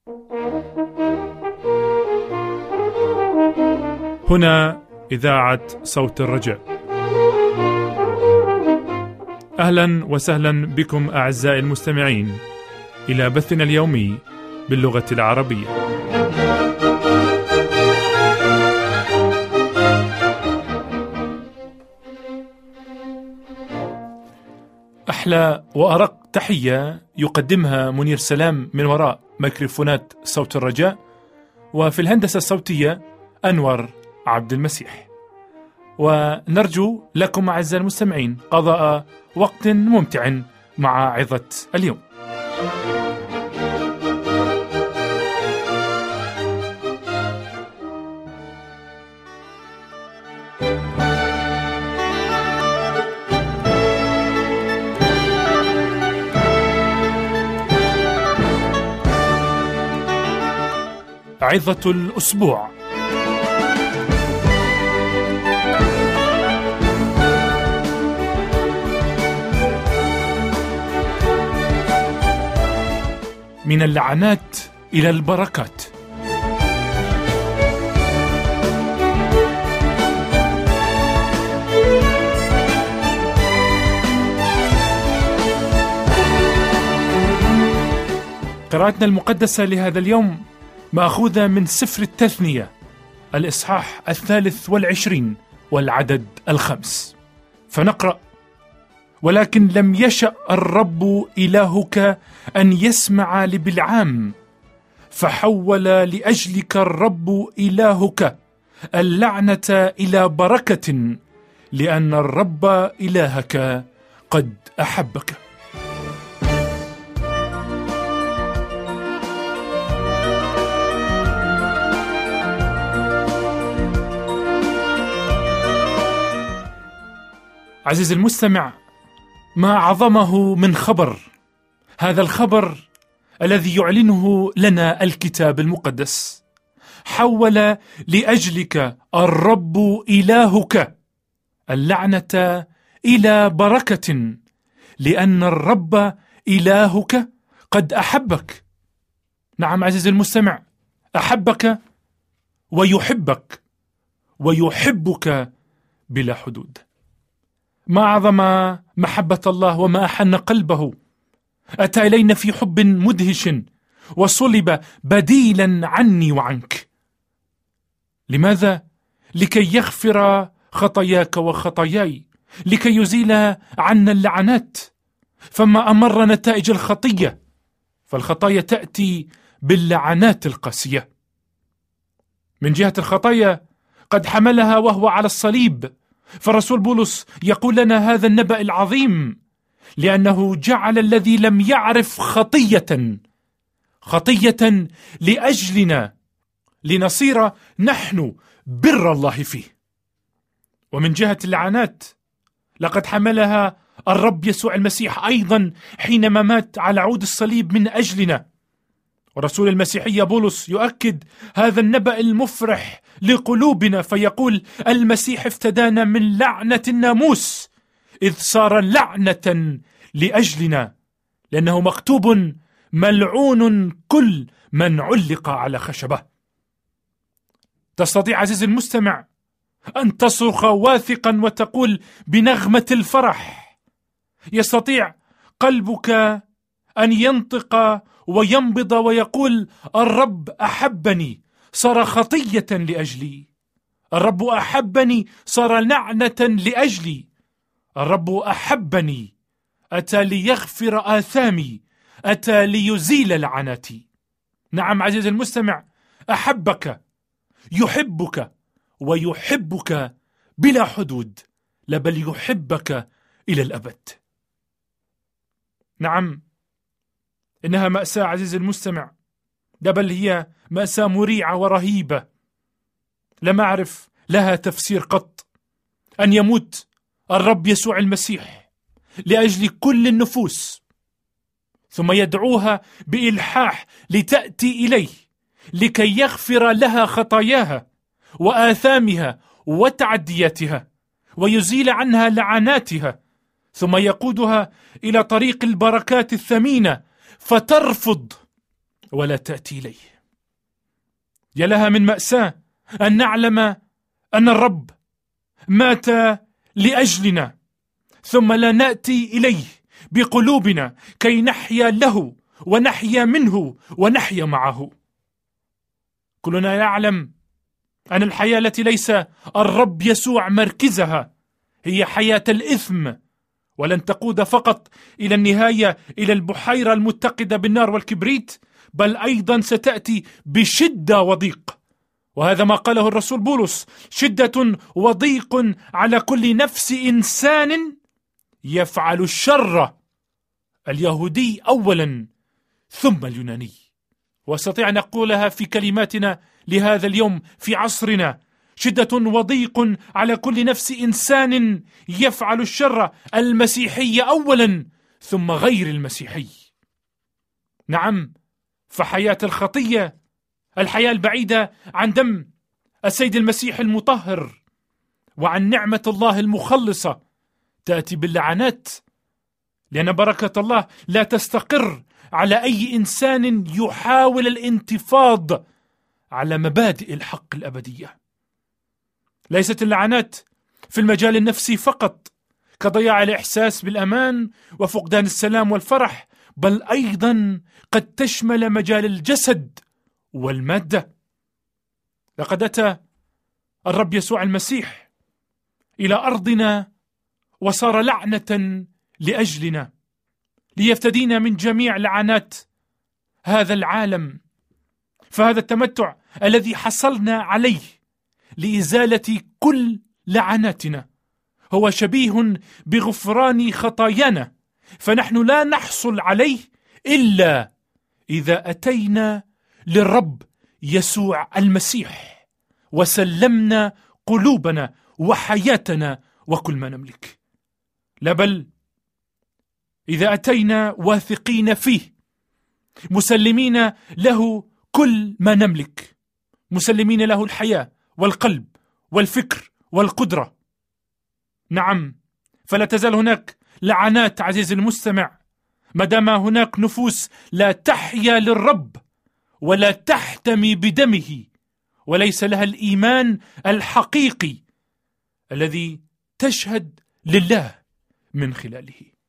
هنا إذاعة صوت الرجاء. أهلا وسهلا بكم أعزائي المستمعين إلى بثنا اليومي باللغة العربية. أحلى وأرق تحية يقدمها منير سلام من وراء ميكروفونات صوت الرجاء، وفي الهندسة الصوتية أنور عبد المسيح. ونرجو لكم أعزائي المستمعين قضاء وقت ممتع مع عظة اليوم. عظة الأسبوع. من اللعنات إلى البركات. قراءتنا المقدسة لهذا اليوم مأخوذة من سفر التثنية الإصحاح 23 والعدد 5، فنقرأ: ولكن لم يشأ الرب إلهك أن يسمع لبلعام، فحول لأجلك الرب إلهك اللعنة إلى بركة، لأن الرب إلهك قد أحبك. عزيزي المستمع، ما أعظمه من خبر، هذا الخبر الذي يعلنه لنا الكتاب المقدس: حول لأجلك الرب إلهك اللعنة إلى بركة، لأن الرب إلهك قد أحبك. نعم عزيزي المستمع، أحبك ويحبك ويحبك بلا حدود. ما أعظم محبة الله وما أحن قلبه، أتى إلينا في حب مدهش وصلب بديلا عني وعنك. لماذا؟ لكي يغفر خطاياك وخطاياي، لكي يزيل عنا اللعنات. فما أمر نتائج الخطية، فالخطايا تأتي باللعنات القاسية. من جهة الخطايا قد حملها وهو على الصليب، فالرسول بولس يقول لنا هذا النبأ العظيم: لأنه جعل الذي لم يعرف خطية لأجلنا، لنصير نحن بر الله فيه. ومن جهة اللعنات لقد حملها الرب يسوع المسيح أيضا حينما مات على عود الصليب من أجلنا. ورسول المسيحية بولس يؤكد هذا النبأ المفرح لقلوبنا، فيقول: المسيح افتدانا من لعنة الناموس، إذ صار لعنة لأجلنا، لأنه مكتوب: ملعون كل من علق على خشبة. تستطيع عزيزي المستمع أن تصرخ واثقا وتقول بنغمة الفرح، يستطيع قلبك أن ينطق وينبض ويقول: الرب أحبني صار خطية لأجلي، الرب أحبني صار لعنة لأجلي، الرب أحبني أتى ليغفر آثامي، أتى ليزيل لعنتي. نعم عزيزي المستمع، أحبك، يحبك ويحبك بلا حدود، بل يحبك إلى الأبد. نعم، إنها مأساة عزيزي المستمع، بل هي مأساة مريعة ورهيبة لم أعرف لها تفسير قط، أن يموت الرب يسوع المسيح لأجل كل النفوس، ثم يدعوها بإلحاح لتأتي إليه لكي يغفر لها خطاياها وآثامها وتعدياتها ويزيل عنها لعناتها، ثم يقودها إلى طريق البركات الثمينة فترفض ولا تأتي إليه. يا لها من مأساة أن نعلم أن الرب مات لأجلنا ثم لا نأتي إليه بقلوبنا كي نحيا له ونحيا منه ونحيا معه. كلنا يعلم أن الحياة التي ليس الرب يسوع مركزها هي حياة الإثم، ولن تقود فقط إلى النهاية إلى البحيرة المتقدة بالنار والكبريت، بل أيضا ستأتي بشدة وضيق. وهذا ما قاله الرسول بولس: شدة وضيق على كل نفس إنسان يفعل الشر، اليهودي أولا ثم اليوناني. واستطيع أن أقولها في كلماتنا لهذا اليوم في عصرنا: شدة وضيق على كل نفس إنسان يفعل الشر، المسيحي أولا ثم غير المسيحي. نعم، فحياة الخطية، الحياة البعيدة عن دم السيد المسيح المطهر وعن نعمة الله المخلصة، تأتي باللعنات، لأن بركة الله لا تستقر على أي إنسان يحاول الانتفاض على مبادئ الحق الأبدية. ليست اللعنات في المجال النفسي فقط كضياع الإحساس بالأمان وفقدان السلام والفرح، بل أيضا قد تشمل مجال الجسد والمادة. لقد أتى الرب يسوع المسيح إلى أرضنا وصار لعنة لأجلنا ليفتدينا من جميع لعنات هذا العالم. فهذا التمتع الذي حصلنا عليه لإزالة كل لعناتنا هو شبيه بغفران خطايانا، فنحن لا نحصل عليه إلا إذا أتينا للرب يسوع المسيح وسلمنا قلوبنا وحياتنا وكل ما نملك. لا، بل إذا أتينا واثقين فيه، مسلمين له كل ما نملك، مسلمين له الحياة والقلب والفكر والقدرة. نعم، فلا تزال هناك لعنات عزيزي المستمع ما دام هناك نفوس لا تحيا للرب ولا تحتمي بدمه، وليس لها الإيمان الحقيقي الذي تشهد لله من خلاله.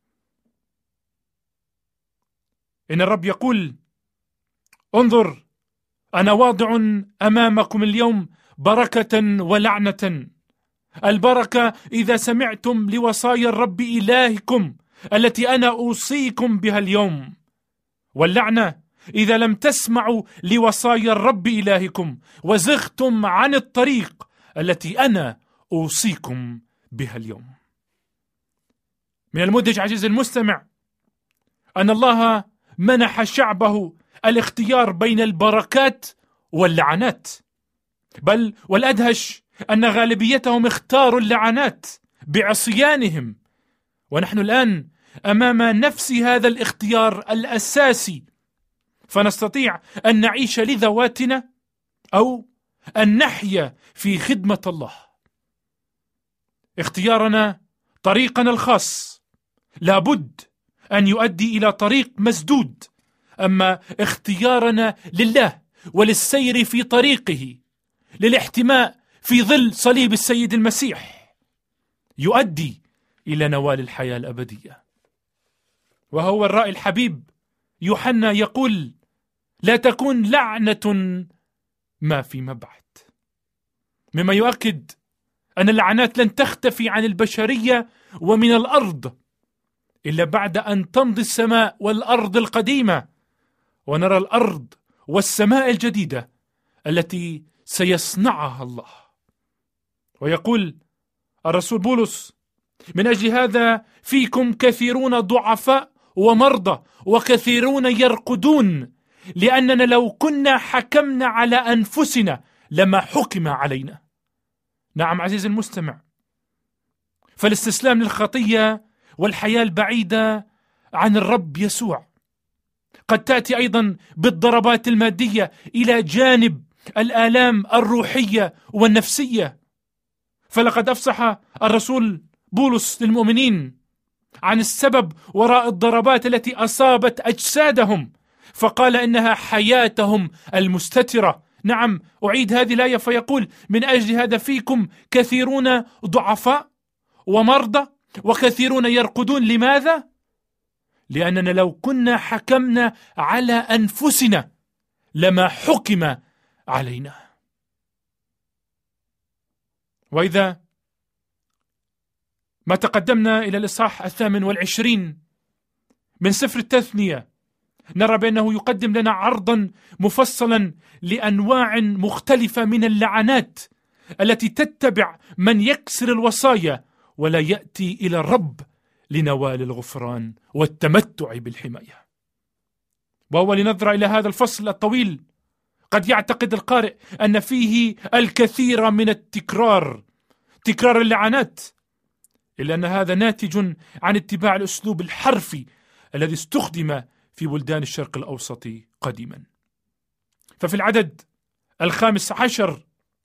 إن الرب يقول: انظر، أنا واضع أمامكم اليوم بركة ولعنة. البركة إذا سمعتم لوصايا الرب إلهكم التي أنا أوصيكم بها اليوم، واللعنة إذا لم تسمعوا لوصايا الرب إلهكم وزغتم عن الطريق التي أنا أوصيكم بها اليوم. من المدهش عزيزي المستمع أن الله منح شعبه الاختيار بين البركات واللعنات، بل والأدهش أن غالبيتهم اختاروا اللعنات بعصيانهم. ونحن الآن أمام نفس هذا الاختيار الأساسي، فنستطيع أن نعيش لذواتنا أو أن نحيا في خدمة الله. اختيارنا طريقنا الخاص لابد أن يؤدي إلى طريق مسدود، أما اختيارنا لله وللسير في طريقه للاحتماء في ظل صليب السيد المسيح يؤدي إلى نوال الحياة الأبدية. وهو الرائي الحبيب يوحنا يقول: لا تكون لعنة ما فيما بعد، مما يؤكد أن اللعنات لن تختفي عن البشرية ومن الأرض إلا بعد أن تمضي السماء والأرض القديمة ونرى الأرض والسماء الجديدة التي سيصنعها الله. ويقول الرسول بولس: من أجل هذا فيكم كثيرون ضعفاء ومرضى وكثيرون يرقدون، لأننا لو كنا حكمنا على أنفسنا لما حكم علينا. نعم عزيزي المستمع، فالاستسلام للخطية والحياة البعيدة عن الرب يسوع قد تأتي أيضا بالضربات المادية إلى جانب الآلام الروحية والنفسية. فلقد أفصح الرسول بولس للمؤمنين عن السبب وراء الضربات التي أصابت أجسادهم، فقال إنها حياتهم المستترة. نعم، أعيد هذه الآية فيقول: من أجل هذا فيكم كثيرون ضعفاء ومرضى وكثيرون يرقدون. لماذا؟ لأننا لو كنا حكمنا على أنفسنا لما حكم علينا. وإذا ما تقدمنا إلى الإصحاح 28 من سفر التثنية، نرى بأنه يقدم لنا عرضا مفصلا لأنواع مختلفة من اللعنات التي تتبع من يكسر الوصايا ولا يأتي إلى الرب لنوال الغفران والتمتع بالحماية. وأول نظرة إلى هذا الفصل الطويل قد يعتقد القارئ أن فيه الكثير من تكرار اللعنات، إلا أن هذا ناتج عن اتباع الأسلوب الحرفي الذي استخدم في بلدان الشرق الأوسط قديما. ففي العدد 15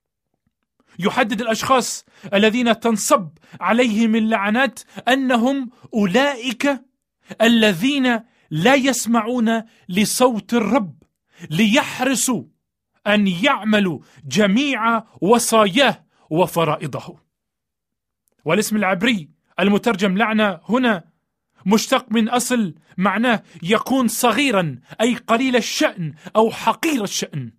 يحدد الأشخاص الذين تنصب عليهم اللعنات أنهم أولئك الذين لا يسمعون لصوت الرب ليحرصوا أن يعملوا جميع وصاياه وفرائضه. والاسم العبري المترجم لعنة هنا مشتق من أصل معناه يكون صغيرا، أي قليل الشأن أو حقير الشأن.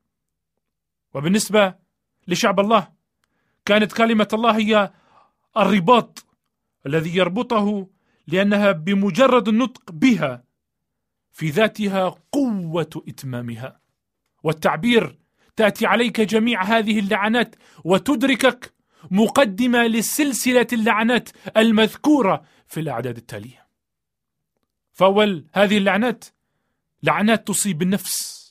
وبالنسبة لشعب الله كانت كلمة الله هي الرباط الذي يربطه، لأنها بمجرد النطق بها في ذاتها قوة إتمامها. والتعبير تأتي عليك جميع هذه اللعنات وتدركك مقدمة لسلسلة اللعنات المذكورة في الأعداد التالية. فأول هذه اللعنات لعنات تصيب النفس.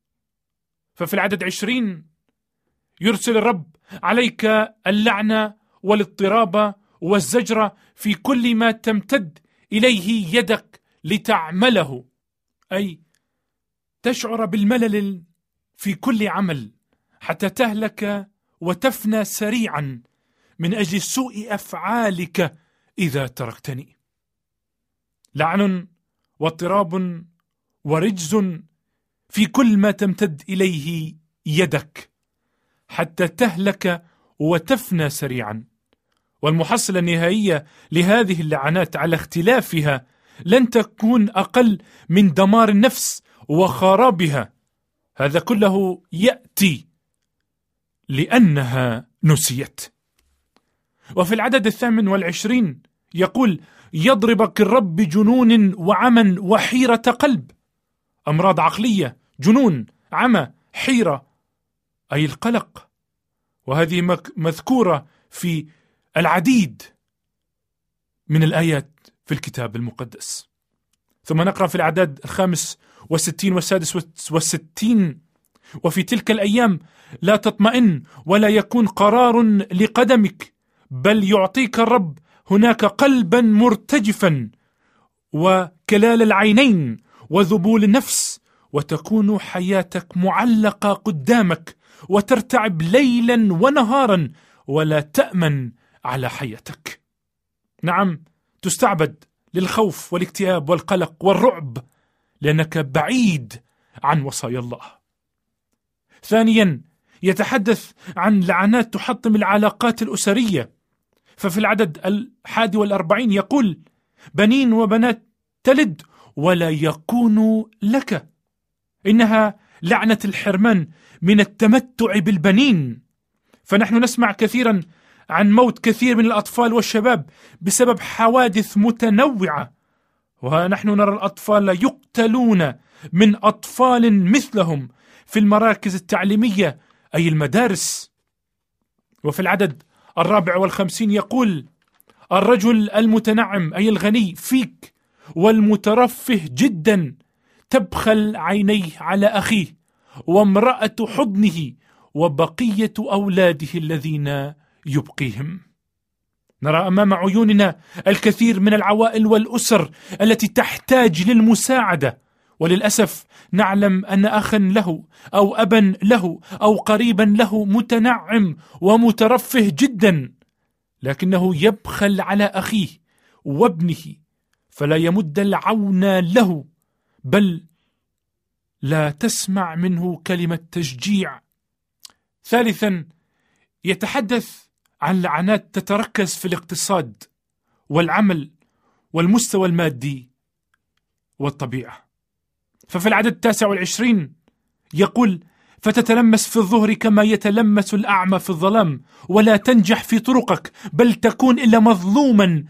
ففي العدد 20 يرسل الرب عليك اللعنة والاضطراب والزجر في كل ما تمتد إليه يدك لتعمله، أي تشعر بالملل في كل عمل حتى تهلك وتفنى سريعا من أجل سوء أفعالك إذا تركتني. لعن واضطراب ورجز في كل ما تمتد إليه يدك حتى تهلك وتفنى سريعا. والمحصلة النهائية لهذه اللعنات على اختلافها لن تكون أقل من دمار النفس وخرابها. هذا كله يأتي لأنها نسيت. وفي العدد 28 يقول: يضربك الرب بجنون وعمى وحيرة قلب. أمراض عقلية، جنون، عمى، حيرة، أي القلق. وهذه مذكورة في العديد من الآيات في الكتاب المقدس. ثم نقرأ في الأعداد 65 و66: وفي تلك الأيام لا تطمئن ولا يكون قرار لقدمك، بل يعطيك الرب هناك قلبا مرتجفا وكلال العينين وذبول النفس، وتكون حياتك معلقة قدامك وترتعب ليلا ونهارا ولا تأمن على حياتك. نعم، تستعبد للخوف والاكتئاب والقلق والرعب لأنك بعيد عن وصايا الله. ثانيا يتحدث عن لعنات تحطم العلاقات الأسرية. ففي العدد 41 يقول: بنين وبنات تلد ولا يكونوا لك. إنها لعنة الحرمان من التمتع بالبنين. فنحن نسمع كثيرا عن موت كثير من الأطفال والشباب بسبب حوادث متنوعة، ونحن نرى الأطفال يقتلون من أطفال مثلهم في المراكز التعليمية أي المدارس. وفي العدد 54 يقول: الرجل المتنعم أي الغني فيك والمترفه جدا تبخل عينيه على أخيه وامرأة حضنه وبقية أولاده الذين يبقيهم. نرى أمام عيوننا الكثير من العوائل والأسر التي تحتاج للمساعدة، وللأسف نعلم أن أخا له أو أبا له أو قريبا له متنعم ومترفه جدا، لكنه يبخل على أخيه وابنه فلا يمد العون له، بل لا تسمع منه كلمة تشجيع. ثالثا، يتحدث عن لعنات تتركز في الاقتصاد والعمل والمستوى المادي والطبيعة. ففي العدد 29 يقول: فتتلمس في الظهر كما يتلمس الأعمى في الظلام، ولا تنجح في طرقك، بل تكون إلا مظلوما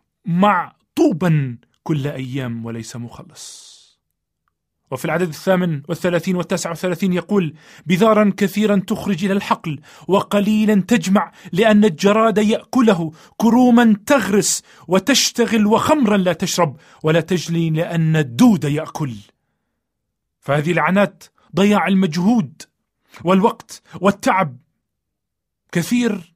معطوبا كل أيام وليس مخلص. وفي العدد 38 و39 يقول: بذارا كثيرا تخرج إلى الحقل، وقليلا تجمع، لأن الجراد يأكله، كروما تغرس وتشتغل، وخمرا لا تشرب ولا تجلي، لأن الدود يأكل. فهذه لعنات ضياع المجهود والوقت والتعب كثير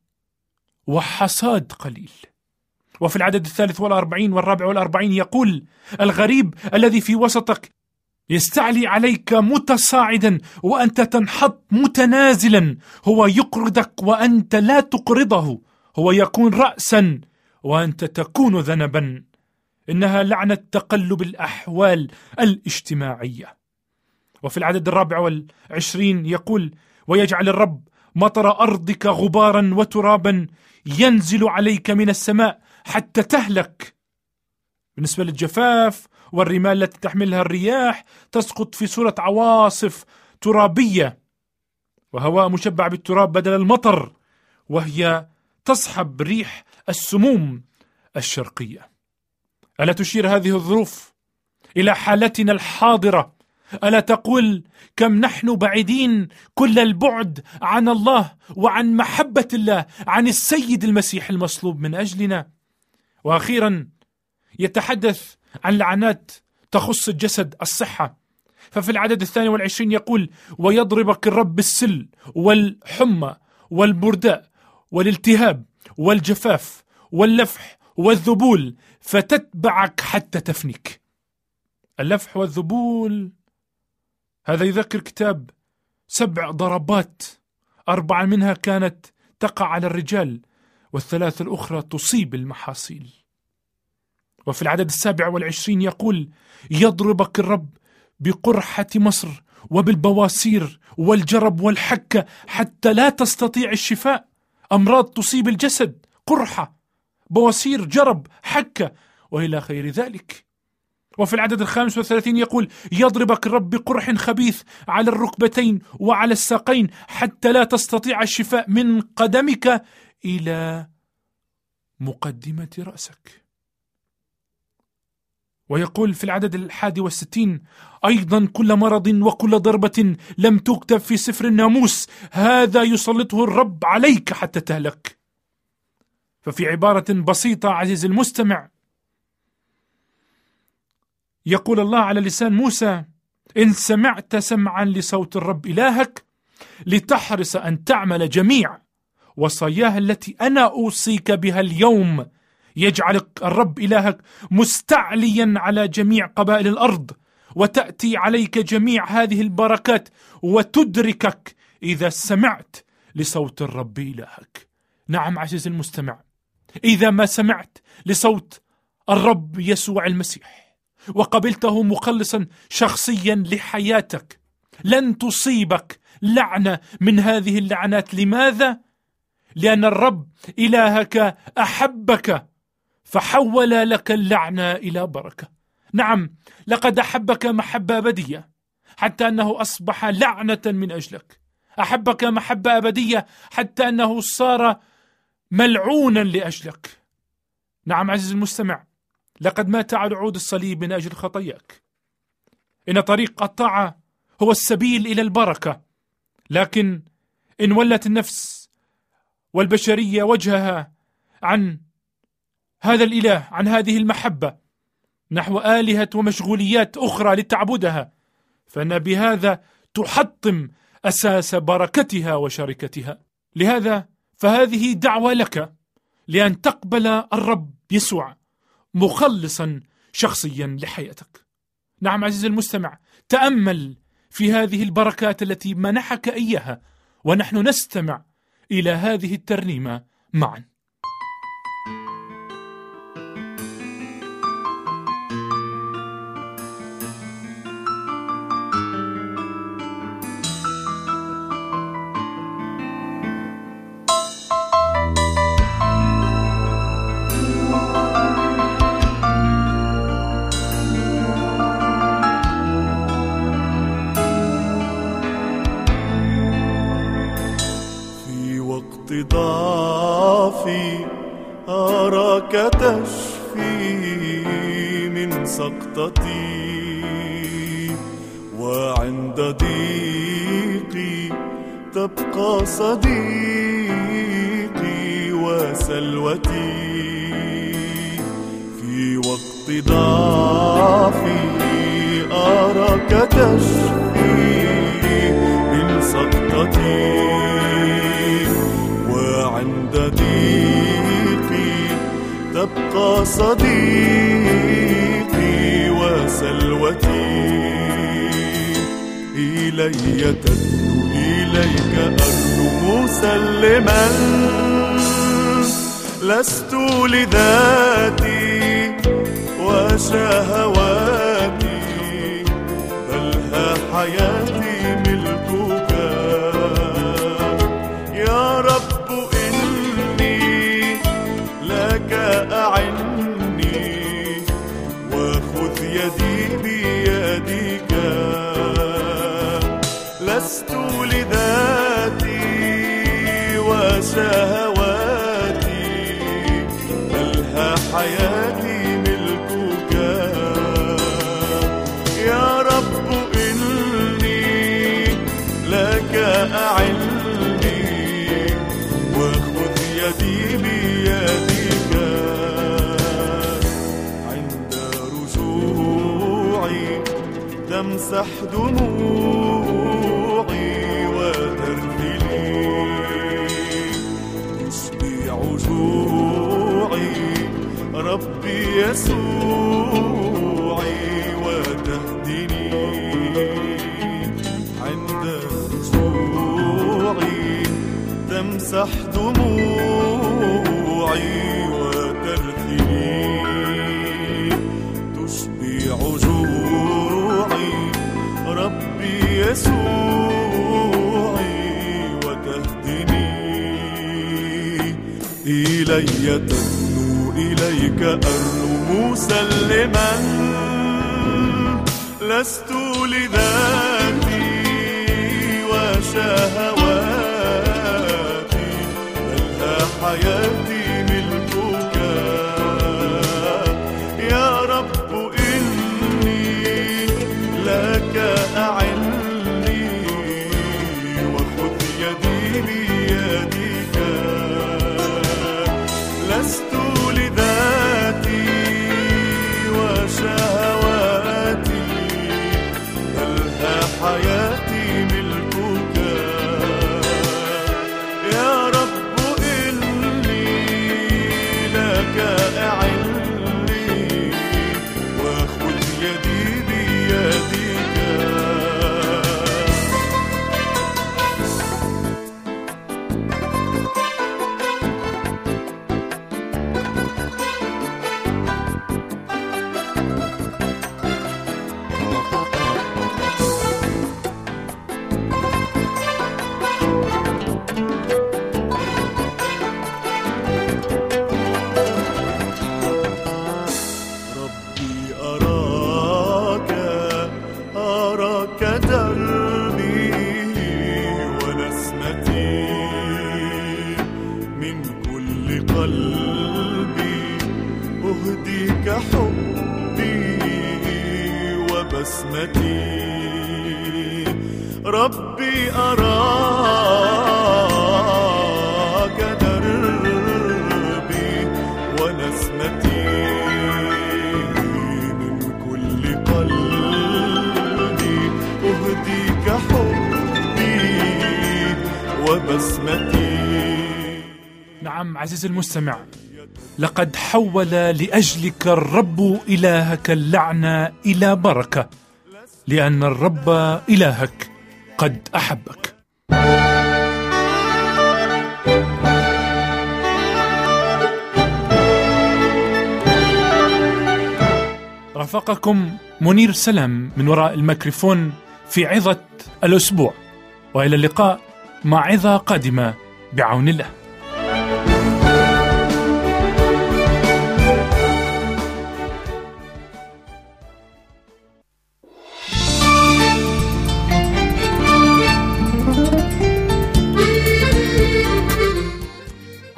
وحصاد قليل. وفي العدد 43 و44 يقول: الغريب الذي في وسطك يستعلي عليك متصاعدا، وأنت تنحط متنازلا، هو يقرضك وأنت لا تقرضه، هو يكون رأسا وأنت تكون ذنبا. إنها لعنة تقلب الأحوال الاجتماعية. وفي العدد 24 يقول: ويجعل الرب مطر أرضك غبارا وترابا ينزل عليك من السماء حتى تهلك. بالنسبة للجفاف والرمال التي تحملها الرياح تسقط في صورة عواصف ترابية وهواء مشبع بالتراب بدل المطر، وهي تصحب ريح السموم الشرقية. ألا تشير هذه الظروف إلى حالتنا الحاضرة؟ ألا تقول كم نحن بعيدين كل البعد عن الله وعن محبة الله، عن السيد المسيح المصلوب من أجلنا؟ وأخيرا يتحدث عن لعنات تخص الجسد، الصحة. ففي العدد 22 يقول: ويضربك الرب بالسل والحمى والبرداء والالتهاب والجفاف واللفح والذبول، فتتبعك حتى تفنيك. اللفح والذبول هذا يذكر كتاب 7 ضربات، 4 منها كانت تقع على الرجال، وال3 الأخرى تصيب المحاصيل. وفي العدد 27 يقول: يضربك الرب بقرحة مصر وبالبواسير والجرب والحكة حتى لا تستطيع الشفاء. أمراض تصيب الجسد، قرحة، بواسير، جرب، حكة وإلى خير ذلك. وفي العدد 35 يقول: يضربك الرب بقرح خبيث على الركبتين وعلى الساقين حتى لا تستطيع الشفاء من قدمك إلى مقدمة رأسك. ويقول في العدد 61 أيضا: كل مرض وكل ضربة لم تكتب في سفر الناموس هذا يسلطه الرب عليك حتى تهلك. ففي عبارة بسيطة عزيز المستمع، يقول الله على لسان موسى: إن سمعت سمعا لصوت الرب إلهك لتحرص أن تعمل جميع وصاياه التي أنا أوصيك بها اليوم، يجعلك الرب إلهك مستعليا على جميع قبائل الأرض، وتأتي عليك جميع هذه البركات وتدركك إذا سمعت لصوت الرب إلهك. نعم عزيزي المستمع، إذا ما سمعت لصوت الرب يسوع المسيح وقبلته مخلصا شخصيا لحياتك، لن تصيبك لعنة من هذه اللعنات. لماذا؟ لأن الرب إلهك أحبك فحول لك اللعنة إلى بركة. نعم، لقد أحبك محبة أبدية حتى أنه أصبح لعنة من أجلك. أحبك محبة أبدية حتى أنه صار ملعونا لأجلك. نعم عزيزي المستمع، لقد مات على عود الصليب من أجل خطاياك. إن طريق الطاعة هو السبيل إلى البركة، لكن إن ولت النفس والبشرية وجهها عن هذا الإله، عن هذه المحبة، نحو آلهة ومشغوليات أخرى لتعبدها، فإن بهذا تحطم أساس بركتها وشركتها. لهذا فهذه دعوة لك لأن تقبل الرب يسوع مخلصا شخصيا لحياتك. نعم عزيزي المستمع، تأمل في هذه البركات التي منحك إياها ونحن نستمع إلى هذه الترنيمة معا. ضعفي أراك تشفي من سقطتي، وعند ضيقي تبقى صديقي وسلوتي. في وقت ضعفي أراك تشفي من سقطتي، وعند ضيقي تبقى صديقي وسلوتي. إلي تدنو إليك أرنو مسلما، لست لذاتي وشهواتي، بل ها حياتي ملكك. يا رب إني لك أعني، وخذ يدي بيدك. لست لذاتي وشهواتي، بل ها حياتي ملكك. يا رب إني لك أعني، وخذ يدي بيدك. عند رجوعي تمسح دموعي وترثلي، تشبع جوعي ربي يسوعي وتهدني. عند رجوعي تمسح دموعي وترثلي، تشبع جوعي ربي يسوعي وتهدني. إلي تدنو إليك أرنو مسلما، لست لذاتي وشهواتي، بل ها حياتي ملكك. يا رب إني لك أعني، وخذ يدي بيدك. لست لذاتي وشهواتي، بل ها حياتي ملكك. يا رب إني لك أعني، وخذ يدي بيدك. ربي أراك دربي ونسمتي، من كل قلبي أهديك حبي وبسمتي. ربي أراك دربي ونسمتي، من كل قلبي أهديك حبي وبسمتي. نعم عزيزي المستمع، لقد حول لأجلك الرب إلهك اللعنة إلى بركة، لأن الرب إلهك قد أحبك. رافقكم منير سلام من وراء الميكروفون في عظة الأسبوع، وإلى اللقاء مع عظة قادمة بعون الله.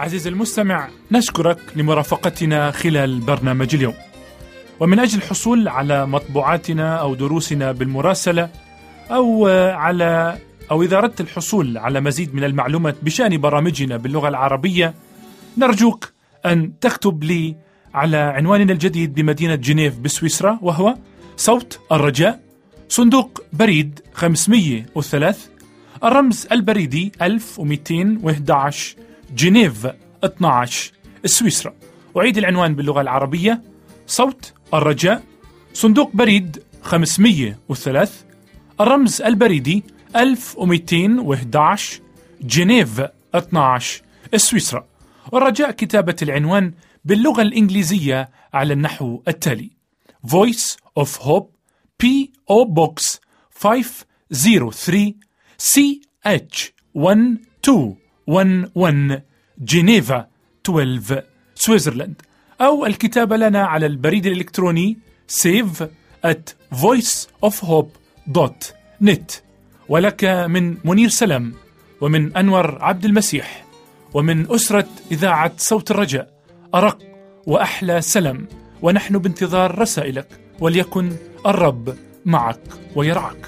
عزيزي المستمع، نشكرك لمرافقتنا خلال برنامج اليوم. ومن أجل الحصول على مطبوعاتنا أو دروسنا بالمراسلة أو إذا أردت الحصول على مزيد من المعلومات بشأن برامجنا باللغة العربية، نرجوك أن تكتب لي على عنواننا الجديد بمدينة جنيف بسويسرا، وهو صوت الرجاء، صندوق بريد 503، الرمز البريدي 1211، جنيف 12، سويسرا. أعيد العنوان باللغة العربية: صوت الرجاء، صندوق بريد 503، الرمز البريدي 1211، جنيف 12، سويسرا. والرجاء كتابة العنوان باللغة الإنجليزية على النحو التالي: Voice of Hope, P.O. Box 503 CH1211 جنيفا 12 سويسرلاند، أو الكتابة لنا على البريد الإلكتروني save@voiceofhope.net. ولك من منير سلام ومن أنور عبد المسيح ومن أسرة إذاعة صوت الرجاء أرق وأحلى سلام، ونحن بانتظار رسائلك، وليكن الرب معك ويرعاك.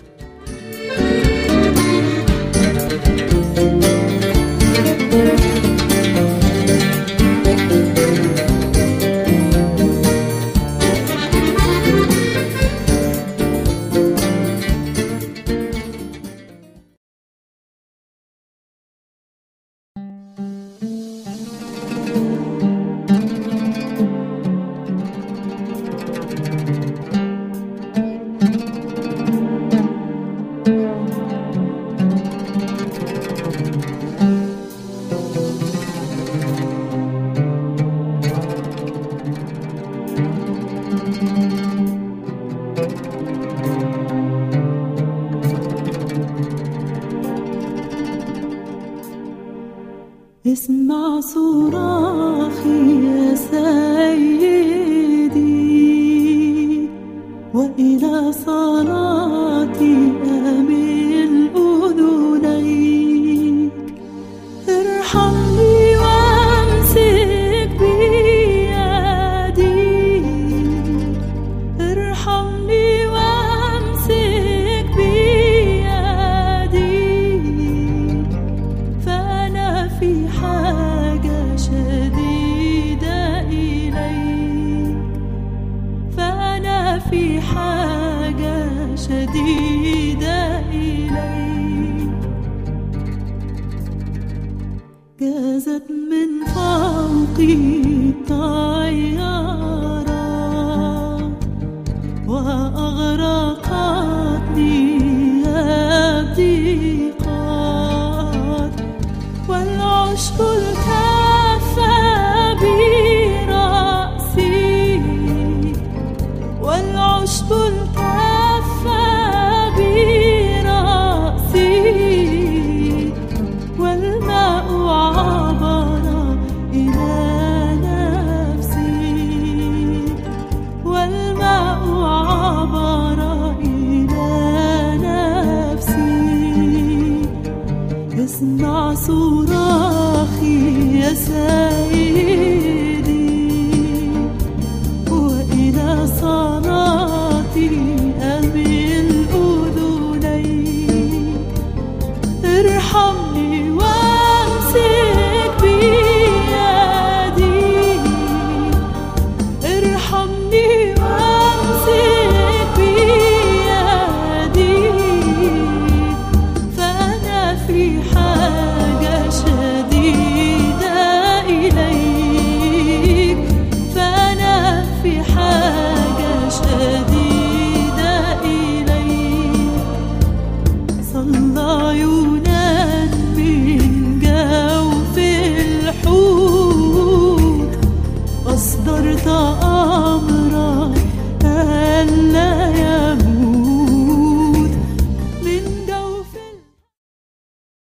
اسمع صراخي يا سيدي، وإلى صلاتي أميل أذنيك. ارحمني وامسك بيدي، ارحمني وامسك بيدي، فأنا في حاجة شديدة إليك، فأنا في حاجة شديدة إليك. جازت من فوقي طيارة وأغرقتني الضيقات، والعشب الكفى برأسي، والعشب الكفى برأسي، والماء عبر إلى نفسي، والماء عبر إلى نفسي. اسمع صراخي يا سيدي، وإلى صلاتي أميل أذنيك. ارحمني وامسك بيدي، ارحمني وامسك بيدي، فأنا في حاجة شديدة إليك، فأنا في حاجة شديدة إليك. صلى يونان من جوف الحوت، أصدرت